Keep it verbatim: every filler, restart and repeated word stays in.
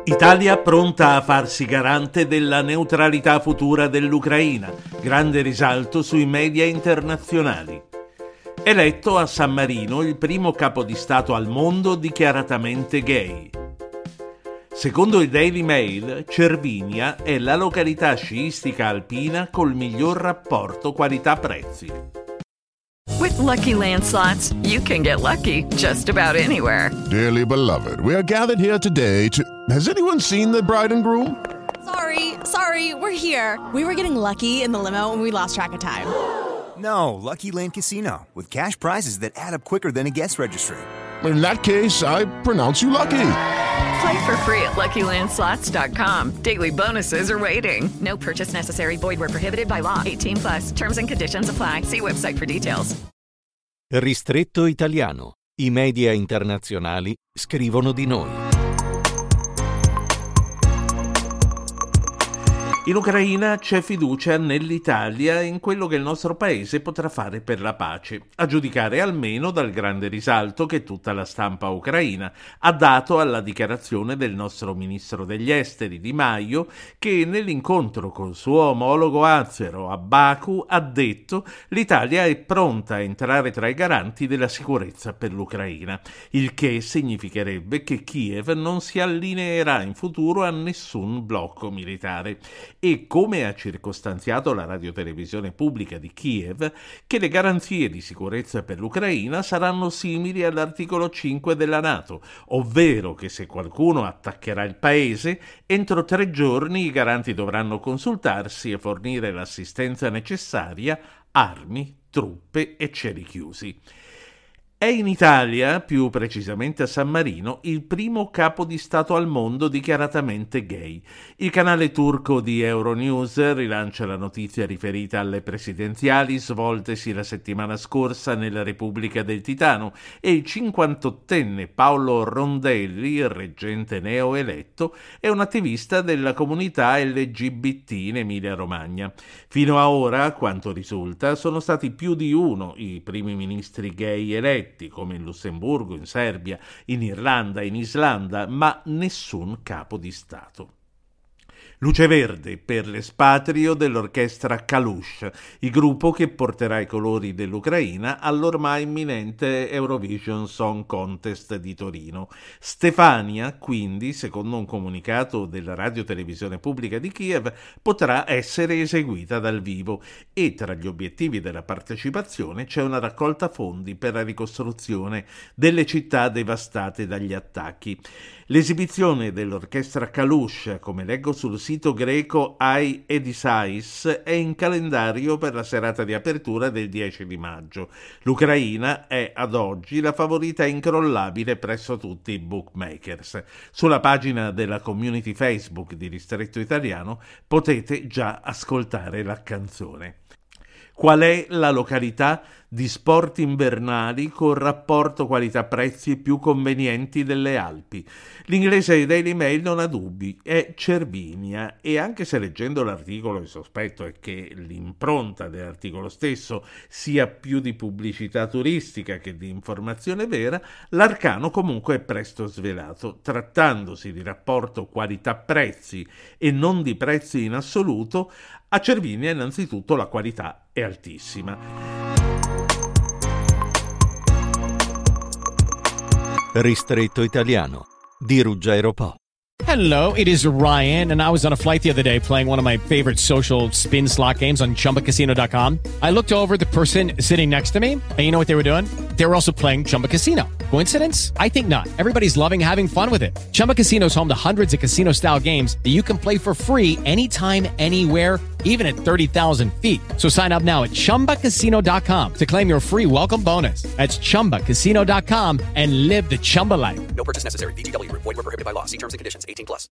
Italia pronta a farsi garante della neutralità futura dell'Ucraina. Grande risalto sui media internazionali. Eletto a San Marino il primo capo di Stato al mondo dichiaratamente gay. Secondo il Daily Mail, Cervinia è la località sciistica alpina col miglior rapporto qualità-prezzi. With Lucky Land Slots, you can get lucky just about anywhere. Dearly beloved, we are gathered here today to... Has anyone seen the bride and groom? Sorry, sorry, we're here. We were getting lucky in the limo and we lost track of time. No, Lucky Land Casino, with cash prizes that add up quicker than a guest registry. In that case, I pronounce you lucky. Play for free at Lucky Land Slots dot com. Daily bonuses are waiting. No purchase necessary. Void where prohibited by law. eighteen plus. Terms and conditions apply. See website for details. Ristretto italiano. I media internazionali scrivono di noi. In Ucraina c'è fiducia nell'Italia e in quello che il nostro paese potrà fare per la pace, a giudicare almeno dal grande risalto che tutta la stampa ucraina ha dato alla dichiarazione del nostro ministro degli esteri Di Maio, che nell'incontro col suo omologo azero a Baku ha detto: l'Italia è pronta a entrare tra i garanti della sicurezza per l'Ucraina, il che significherebbe che Kiev non si allineerà in futuro a nessun blocco militare. E come ha circostanziato la radiotelevisione pubblica di Kiev, che le garanzie di sicurezza per l'Ucraina saranno simili all'articolo cinque della NATO, ovvero che se qualcuno attaccherà il paese, entro tre giorni i garanti dovranno consultarsi e fornire l'assistenza necessaria, armi, truppe e cieli chiusi. È in Italia, più precisamente a San Marino, il primo capo di Stato al mondo dichiaratamente gay. Il canale turco di Euronews rilancia la notizia riferita alle presidenziali svoltesi la settimana scorsa nella Repubblica del Titano e il cinquantottenne Paolo Rondelli, reggente neoeletto, è un attivista della comunità L G B T in Emilia-Romagna. Fino a ora, a quanto risulta, sono stati più di uno i primi ministri gay eletti, come in Lussemburgo, in Serbia, in Irlanda, in Islanda, ma nessun capo di Stato. Luce verde per l'espatrio dell'orchestra Kalush, il gruppo che porterà i colori dell'Ucraina all'ormai imminente Eurovision Song Contest di Torino. Stefania, quindi, secondo un comunicato della radiotelevisione pubblica di Kiev, potrà essere eseguita dal vivo e tra gli obiettivi della partecipazione c'è una raccolta fondi per la ricostruzione delle città devastate dagli attacchi. L'esibizione dell'orchestra Kalush, come leggo sul sito greco Ai Edisais, è in calendario per la serata di apertura del dieci di maggio. L'Ucraina è ad oggi la favorita incrollabile presso tutti i bookmakers. Sulla pagina della community Facebook di Ristretto Italiano potete già ascoltare la canzone. Qual è la località di sport invernali con rapporto qualità-prezzi più convenienti delle Alpi? L'inglese Daily Mail non ha dubbi, è Cervinia, e anche se leggendo l'articolo il sospetto è che l'impronta dell'articolo stesso sia più di pubblicità turistica che di informazione vera, l'arcano comunque è presto svelato. Trattandosi di rapporto qualità-prezzi e non di prezzi in assoluto, a Cervinia innanzitutto la qualità è altissima. Ristretto Italiano di Ruggero Po. Hello, it is Ryan, and I was on a flight the other day playing one of my favorite social spin slot games on Chumba Casino dot com. I looked over at the person sitting next to me, and you know what they were doing? They were also playing Chumba Casino. Coincidence? I think not. Everybody's loving having fun with it. Chumba Casino is home to hundreds of casino-style games that you can play for free anytime, anywhere, even at thirty thousand feet. So sign up now at Chumba Casino dot com to claim your free welcome bonus. That's Chumba Casino dot com and live the Chumba life. No purchase necessary. V G W. Void where prohibited by law. See terms and conditions. eighteen plus.